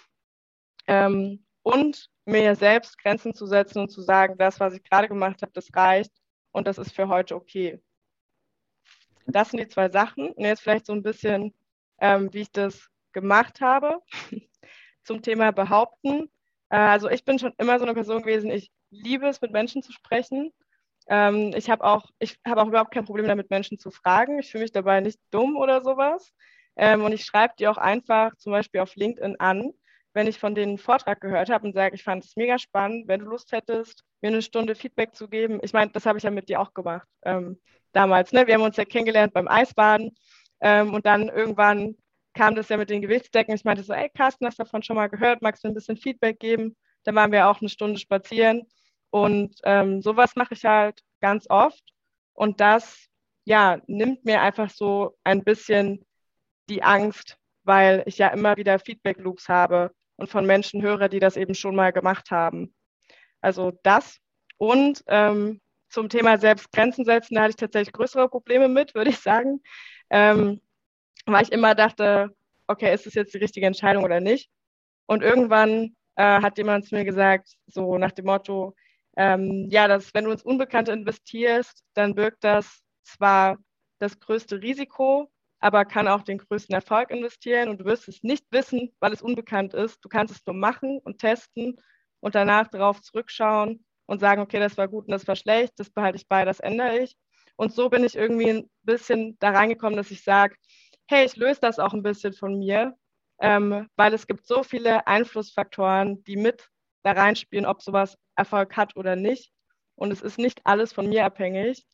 Und mir selbst Grenzen zu setzen und zu sagen, das, was ich gerade gemacht habe, das reicht und das ist für heute okay. Das sind die 2 Sachen. Und jetzt vielleicht so ein bisschen, wie ich das gemacht habe zum Thema Behaupten. Also ich bin schon immer so eine Person gewesen, ich liebe es, mit Menschen zu sprechen. Ich hab auch überhaupt kein Problem damit, Menschen zu fragen. Ich fühle mich dabei nicht dumm oder sowas. Und ich schreibe die auch einfach zum Beispiel auf LinkedIn an, wenn ich von denen einen Vortrag gehört habe und sage, ich fand es mega spannend, wenn du Lust hättest, mir eine Stunde Feedback zu geben. Ich meine, das habe ich ja mit dir auch gemacht damals. Ne? Wir haben uns ja kennengelernt beim Eisbaden und dann irgendwann kam das ja mit den Gewichtsdecken. Ich meinte so, ey Carsten, hast du davon schon mal gehört? Magst du ein bisschen Feedback geben? Dann waren wir auch eine Stunde spazieren. Und sowas mache ich halt ganz oft. Und das, ja, nimmt mir einfach so ein bisschen die Angst, weil ich ja immer wieder Feedback-Loops habe und von Menschen höre, die das eben schon mal gemacht haben. Also das. Und zum Thema selbst Grenzen setzen, da hatte ich tatsächlich größere Probleme mit, würde ich sagen. Weil ich immer dachte, okay, ist das jetzt die richtige Entscheidung oder nicht? Und irgendwann hat jemand zu mir gesagt, so nach dem Motto, ja, dass wenn du ins Unbekannte investierst, dann birgt das zwar das größte Risiko, aber kann auch den größten Erfolg investieren und du wirst es nicht wissen, weil es unbekannt ist. Du kannst es nur machen und testen und danach darauf zurückschauen und sagen, okay, das war gut und das war schlecht, das behalte ich bei, das ändere ich. Und so bin ich irgendwie ein bisschen da reingekommen, dass ich sage, hey, ich löse das auch ein bisschen von mir, weil es gibt so viele Einflussfaktoren, die mit da reinspielen, ob sowas Erfolg hat oder nicht. Und es ist nicht alles von mir abhängig.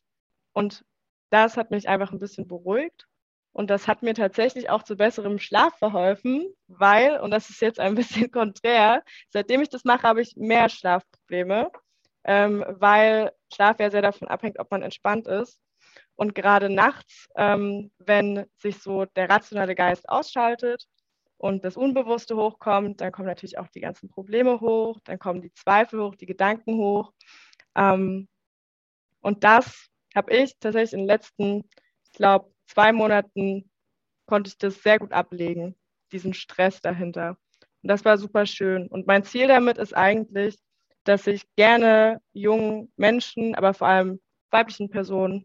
Und das hat mich einfach ein bisschen beruhigt. Und das hat mir tatsächlich auch zu besserem Schlaf verholfen, weil, und das ist jetzt ein bisschen konträr, seitdem ich das mache, habe ich mehr Schlafprobleme, weil Schlaf ja sehr davon abhängt, ob man entspannt ist. Und gerade nachts, wenn sich so der rationale Geist ausschaltet und das Unbewusste hochkommt, dann kommen natürlich auch die ganzen Probleme hoch, dann kommen die Zweifel hoch, die Gedanken hoch. Und das habe ich tatsächlich in den letzten, ich glaube, 2 Monaten konnte ich das sehr gut ablegen, diesen Stress dahinter. Und das war super schön. Und mein Ziel damit ist eigentlich, dass ich gerne jungen Menschen, aber vor allem weiblichen Personen,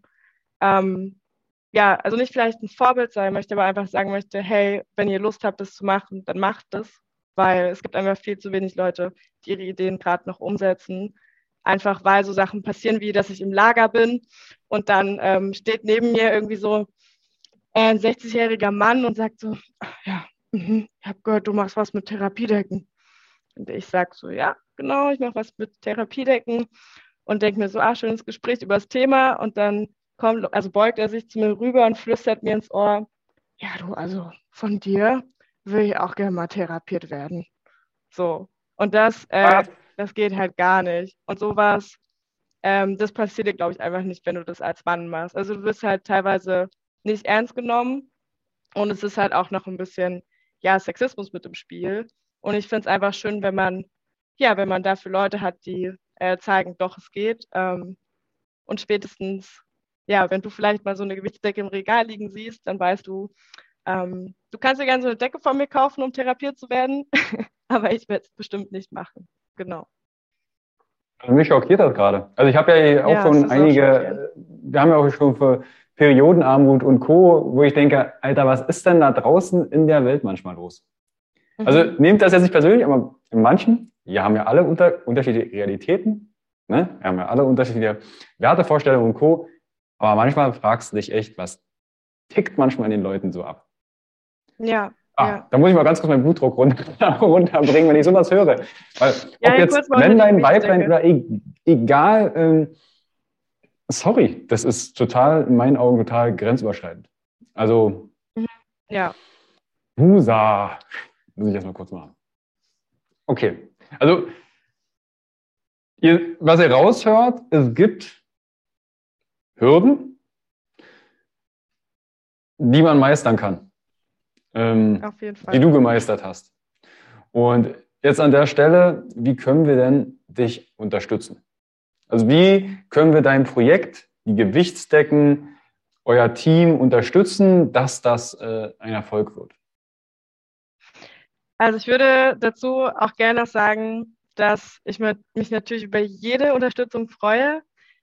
ja, also nicht vielleicht ein Vorbild sein möchte, aber einfach sagen möchte, hey, wenn ihr Lust habt, das zu machen, dann macht es, weil es gibt einfach viel zu wenig Leute, die ihre Ideen gerade noch umsetzen. Einfach weil so Sachen passieren, wie dass ich im Lager bin und dann steht neben mir irgendwie so ein 60-jähriger Mann und sagt so, ja, ich habe gehört, du machst was mit Therapiedecken. Und ich sage so, ja, genau, ich mache was mit Therapiedecken und denke mir so, schönes Gespräch über das Thema und dann beugt er sich zu mir rüber und flüstert mir ins Ohr, ja, du, also von dir will ich auch gerne mal therapiert werden. So, und das geht halt gar nicht. Und sowas, das passiert dir, glaube ich, einfach nicht, wenn du das als Mann machst. Also du wirst halt teilweise nicht ernst genommen und es ist halt auch noch ein bisschen, ja, Sexismus mit im Spiel. Und ich finde es einfach schön, wenn man dafür Leute hat, die zeigen, doch, es geht. Und spätestens, ja, wenn du vielleicht mal so eine Gewichtsdecke im Regal liegen siehst, dann weißt du, du kannst dir gerne so eine Decke von mir kaufen, um therapiert zu werden, aber ich werde es bestimmt nicht machen. Genau. Also mich schockiert das gerade. Also ich habe ja auch schon einige, wir haben ja auch schon für Periodenarmut und Co., wo ich denke, Alter, was ist denn da draußen in der Welt manchmal los? Also nehmt das jetzt nicht persönlich, aber in manchen, wir haben ja alle unterschiedliche Realitäten, ne? Wir haben ja alle unterschiedliche Wertevorstellungen und Co., aber manchmal fragst du dich echt, was tickt manchmal in den Leuten so ab? Ja. Da muss ich mal ganz kurz meinen Blutdruck runterbringen, wenn ich sowas höre. Weil ob jetzt Männlein, Weiblein oder egal, sorry, das ist total, in meinen Augen total grenzüberschreitend. Also, ja. Husa, muss ich erstmal kurz machen. Okay, also, was ihr raushört, es gibt Hürden, die man meistern kann. Auf jeden Fall. Die du gemeistert hast. Und jetzt an der Stelle, wie können wir denn dich unterstützen? Also wie können wir dein Projekt, die Gewichtsdecken, euer Team unterstützen, dass das ein Erfolg wird? Also ich würde dazu auch gerne noch sagen, dass ich mich natürlich über jede Unterstützung freue,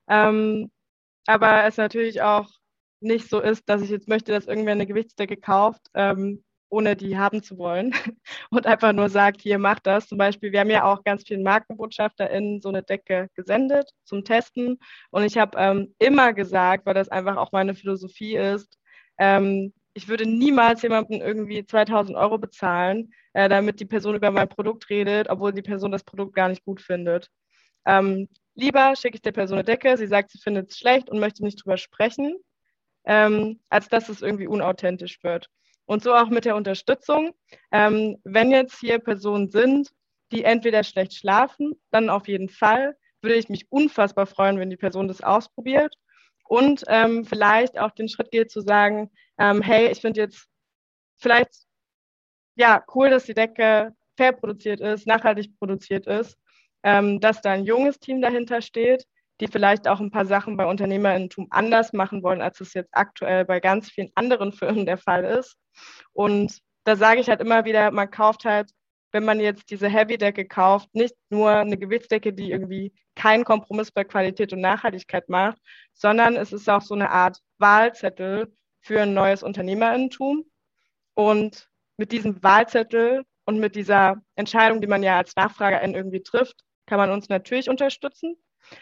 aber es natürlich auch nicht so ist, dass ich jetzt möchte, dass irgendwer eine Gewichtsdecke kauft, ohne die haben zu wollen und einfach nur sagt, hier, mach das. Zum Beispiel, wir haben ja auch ganz vielen MarkenbotschafterInnen so eine Decke gesendet zum Testen und ich habe immer gesagt, weil das einfach auch meine Philosophie ist, ich würde niemals jemandem irgendwie 2.000 Euro bezahlen, damit die Person über mein Produkt redet, obwohl die Person das Produkt gar nicht gut findet. Lieber schicke ich der Person eine Decke, sie sagt, sie findet es schlecht und möchte nicht drüber sprechen, als dass es irgendwie unauthentisch wird. Und so auch mit der Unterstützung. Wenn jetzt hier Personen sind, die entweder schlecht schlafen, dann auf jeden Fall würde ich mich unfassbar freuen, wenn die Person das ausprobiert und vielleicht auch den Schritt geht zu sagen, hey, ich finde jetzt vielleicht ja cool, dass die Decke fair produziert ist, nachhaltig produziert ist, dass da ein junges Team dahinter steht, die vielleicht auch ein paar Sachen bei Unternehmerinnentum anders machen wollen, als es jetzt aktuell bei ganz vielen anderen Firmen der Fall ist. Und da sage ich halt immer wieder, man kauft halt, wenn man jetzt diese Heavy-Decke kauft, nicht nur eine Gewichtsdecke, die irgendwie keinen Kompromiss bei Qualität und Nachhaltigkeit macht, sondern es ist auch so eine Art Wahlzettel für ein neues Unternehmerinnentum. Und mit diesem Wahlzettel und mit dieser Entscheidung, die man ja als Nachfragerin irgendwie trifft, kann man uns natürlich unterstützen.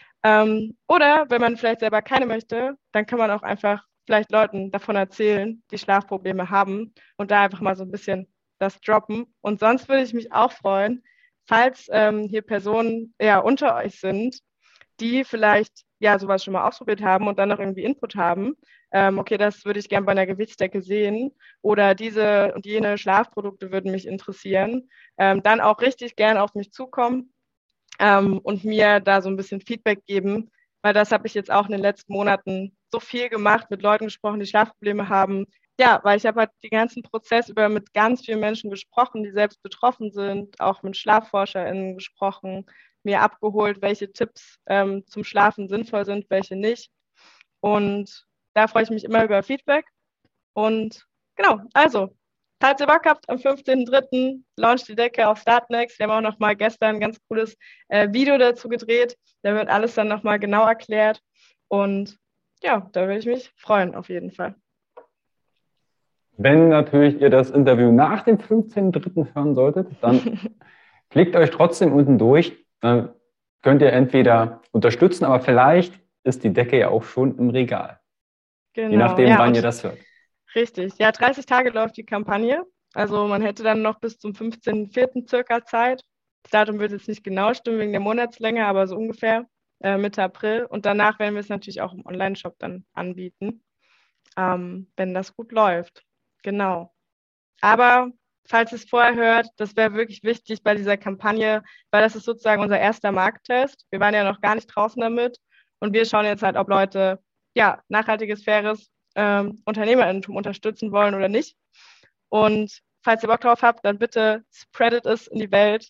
Oder wenn man vielleicht selber keine möchte, dann kann man auch einfach vielleicht Leuten davon erzählen, die Schlafprobleme haben und da einfach mal so ein bisschen das droppen. Und sonst würde ich mich auch freuen, falls hier Personen eher unter euch sind, die vielleicht ja sowas schon mal ausprobiert haben und dann noch irgendwie Input haben. Okay, das würde ich gerne bei einer Gewichtsdecke sehen oder diese und jene Schlafprodukte würden mich interessieren. Dann auch richtig gern auf mich zukommen und mir da so ein bisschen Feedback geben, weil das habe ich jetzt auch in den letzten Monaten so viel gemacht, mit Leuten gesprochen, die Schlafprobleme haben. Ja, weil ich habe halt den ganzen Prozess über mit ganz vielen Menschen gesprochen, die selbst betroffen sind, auch mit SchlafforscherInnen gesprochen, mir abgeholt, welche Tipps zum Schlafen sinnvoll sind, welche nicht. Und da freue ich mich immer über Feedback. Und genau, also, falls ihr Bock habt, am 15.03. launcht die Decke auf Startnext. Wir haben auch noch mal gestern ein ganz cooles Video dazu gedreht. Da wird alles dann noch mal genau erklärt. Und ja, da würde ich mich freuen, auf jeden Fall. Wenn natürlich ihr das Interview nach dem 15.03. hören solltet, dann klickt euch trotzdem unten durch. Dann könnt ihr entweder unterstützen, aber vielleicht ist die Decke ja auch schon im Regal. Genau. Je nachdem, wann ihr das hört. Richtig. Ja, 30 Tage läuft die Kampagne. Also man hätte dann noch bis zum 15.04. circa Zeit. Das Datum wird jetzt nicht genau stimmen wegen der Monatslänge, aber so ungefähr Mitte April. Und danach werden wir es natürlich auch im Online-Shop dann anbieten, wenn das gut läuft. Genau. Aber falls ihr es vorher hört, das wäre wirklich wichtig bei dieser Kampagne, weil das ist sozusagen unser erster Markttest. Wir waren ja noch gar nicht draußen damit und wir schauen jetzt halt, ob Leute ja nachhaltiges, faires UnternehmerInnentum unterstützen wollen oder nicht. Und falls ihr Bock drauf habt, dann bitte spreadet es in die Welt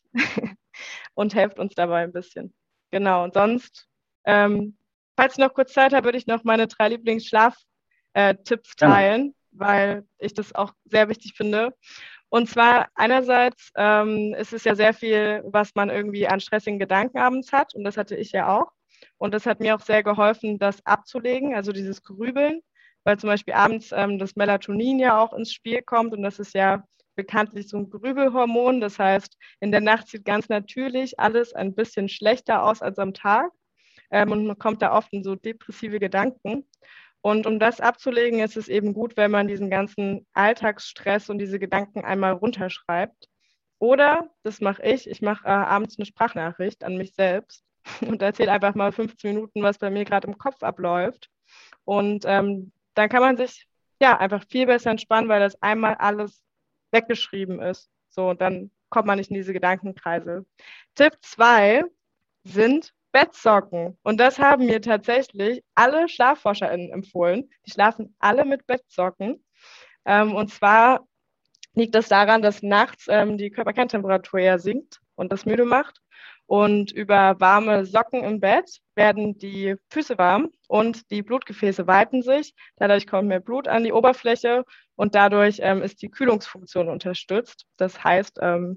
und helft uns dabei ein bisschen. Genau. Und sonst, falls ich noch kurz Zeit habe, würde ich noch meine 3 Lieblingsschlaftipps teilen, weil ich das auch sehr wichtig finde. Und zwar einerseits ist es ja sehr viel, was man irgendwie an stressigen Gedanken abends hat. Und das hatte ich ja auch. Und das hat mir auch sehr geholfen, das abzulegen, also dieses Grübeln, weil zum Beispiel abends das Melatonin ja auch ins Spiel kommt. Und das ist ja bekanntlich so ein Grübelhormon. Das heißt, in der Nacht sieht ganz natürlich alles ein bisschen schlechter aus als am Tag. Und man kommt da oft in so depressive Gedanken. Und um das abzulegen, ist es eben gut, wenn man diesen ganzen Alltagsstress und diese Gedanken einmal runterschreibt. Oder, das mache ich mache abends eine Sprachnachricht an mich selbst und erzähle einfach mal 15 Minuten, was bei mir gerade im Kopf abläuft. Und dann kann man sich ja einfach viel besser entspannen, weil das einmal alles weggeschrieben ist. So, und dann kommt man nicht in diese Gedankenkreise. Tipp 2 sind Bettsocken. Und das haben mir tatsächlich alle SchlafforscherInnen empfohlen. Die schlafen alle mit Bettsocken. Und zwar liegt das daran, dass nachts die Körperkerntemperatur ja sinkt und das müde macht. Und über warme Socken im Bett werden die Füße warm und die Blutgefäße weiten sich. Dadurch kommt mehr Blut an die Oberfläche und dadurch ist die Kühlungsfunktion unterstützt. Das heißt,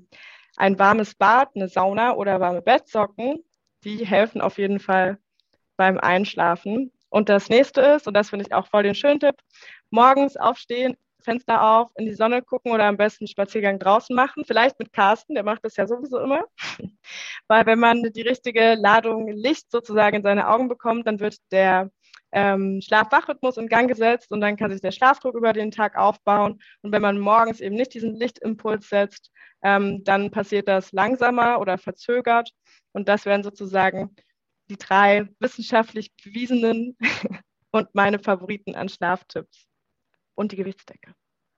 ein warmes Bad, eine Sauna oder warme Bettsocken, die helfen auf jeden Fall beim Einschlafen. Und das nächste ist, und das finde ich auch voll den schönen Tipp, morgens aufstehen, Fenster auf, in die Sonne gucken oder am besten einen Spaziergang draußen machen. Vielleicht mit Carsten, der macht das ja sowieso immer. Weil wenn man die richtige Ladung Licht sozusagen in seine Augen bekommt, dann wird der Schlaf-Wach-Rhythmus in Gang gesetzt und dann kann sich der Schlafdruck über den Tag aufbauen. Und wenn man morgens eben nicht diesen Lichtimpuls setzt, dann passiert das langsamer oder verzögert. Und das wären sozusagen die 3 wissenschaftlich bewiesenen und meine Favoriten an Schlaftipps. Und die Gewichtsdecke.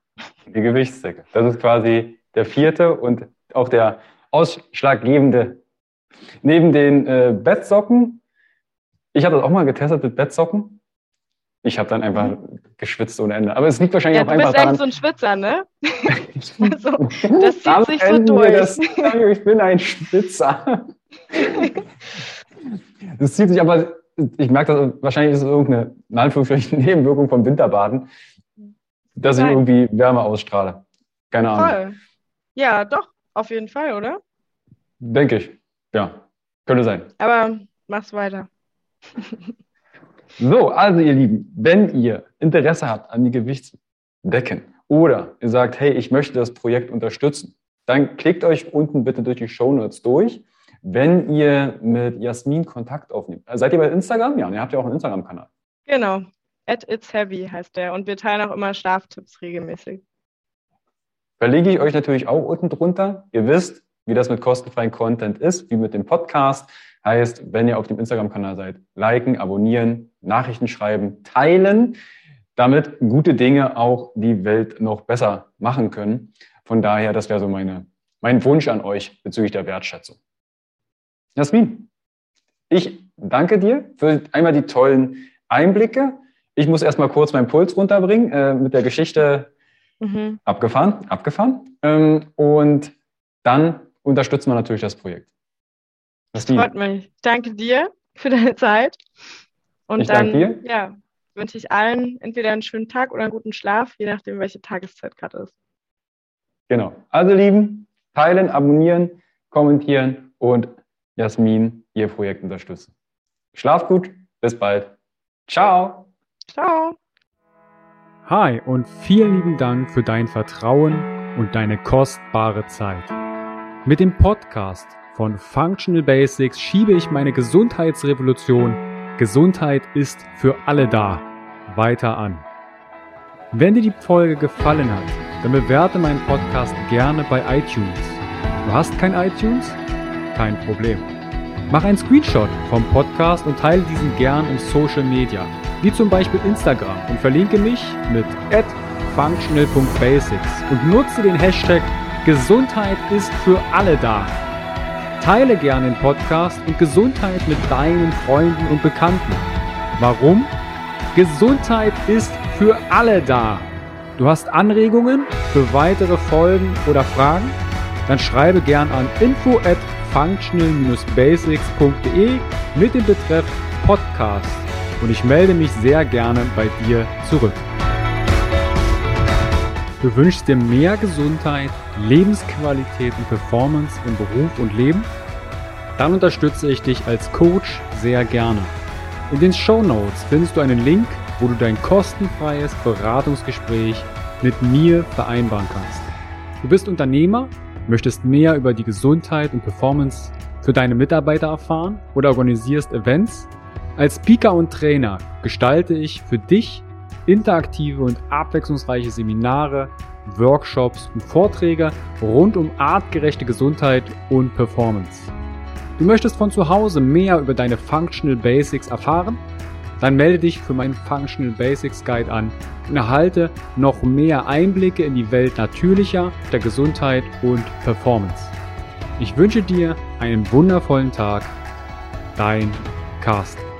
Die Gewichtsdecke. Das ist quasi der 4. und auch der ausschlaggebende. Neben den Bettsocken, ich habe das auch mal getestet mit Bettsocken. Ich habe dann einfach geschwitzt ohne Ende. Aber es liegt wahrscheinlich auch einfach daran. Du bist echt so ein Schwitzer, ne? Also, das zieht sich so durch. Ich bin ein Schwitzer. Das zieht sich aber, ich merke das, wahrscheinlich ist es irgendeine in Anführungsstrichen Nebenwirkung vom Winterbaden, dass ich irgendwie Wärme ausstrahle. Keine Ahnung. Voll. Ja, doch, auf jeden Fall, oder? Denke ich. Ja, könnte sein. Aber mach's weiter. So, also ihr Lieben, wenn ihr Interesse habt an die Gewichtsdecken oder ihr sagt, hey, ich möchte das Projekt unterstützen, dann klickt euch unten bitte durch die Shownotes durch, wenn ihr mit Jasmin Kontakt aufnehmt. Seid ihr bei Instagram? Ja, ihr habt ja auch einen Instagram-Kanal. Genau, @itsheavy heißt der und wir teilen auch immer Schlaftipps regelmäßig. Verlinke ich euch natürlich auch unten drunter. Ihr wisst, wie das mit kostenfreien Content ist, wie mit dem Podcast. Heißt, wenn ihr auf dem Instagram-Kanal seid, liken, abonnieren, Nachrichten schreiben, teilen, damit gute Dinge auch die Welt noch besser machen können. Von daher, das wäre so mein Wunsch an euch bezüglich der Wertschätzung. Jasmin, ich danke dir für einmal die tollen Einblicke. Ich muss erstmal kurz meinen Puls runterbringen, mit der Geschichte abgefahren. Und dann unterstützen wir natürlich das Projekt. Jasmin. Freut mich. Danke dir für deine Zeit. Und ich danke dir. Ja, wünsche ich allen entweder einen schönen Tag oder einen guten Schlaf, je nachdem, welche Tageszeit gerade ist. Genau. Also lieben, teilen, abonnieren, kommentieren und Jasmin ihr Projekt unterstützen. Schlaf gut, bis bald. Ciao. Ciao. Hi und vielen lieben Dank für dein Vertrauen und deine kostbare Zeit. Mit dem Podcast von Functional Basics schiebe ich meine Gesundheitsrevolution Gesundheit ist für alle da weiter an. Wenn dir die Folge gefallen hat, dann bewerte meinen Podcast gerne bei iTunes. Du hast kein iTunes? Kein Problem. Mach einen Screenshot vom Podcast und teile diesen gern in Social Media, wie zum Beispiel Instagram, und verlinke mich mit @functional.basics und nutze den Hashtag Gesundheit ist für alle da. Teile gerne den Podcast und Gesundheit mit deinen Freunden und Bekannten. Warum? Gesundheit ist für alle da. Du hast Anregungen für weitere Folgen oder Fragen? Dann schreibe gern an info@functional-basics.de mit dem Betreff Podcast und ich melde mich sehr gerne bei dir zurück. Du wünschst dir mehr Gesundheit, Lebensqualität und Performance im Beruf und Leben? Dann unterstütze ich dich als Coach sehr gerne. In den Shownotes findest du einen Link, wo du dein kostenfreies Beratungsgespräch mit mir vereinbaren kannst. Du bist Unternehmer, möchtest mehr über die Gesundheit und Performance für deine Mitarbeiter erfahren oder organisierst Events? Als Speaker und Trainer gestalte ich für dich interaktive und abwechslungsreiche Seminare, Workshops und Vorträge rund um artgerechte Gesundheit und Performance. Du möchtest von zu Hause mehr über deine Functional Basics erfahren? Dann melde dich für meinen Functional Basics Guide an und erhalte noch mehr Einblicke in die Welt natürlicher, der Gesundheit und Performance. Ich wünsche dir einen wundervollen Tag. Dein Carsten.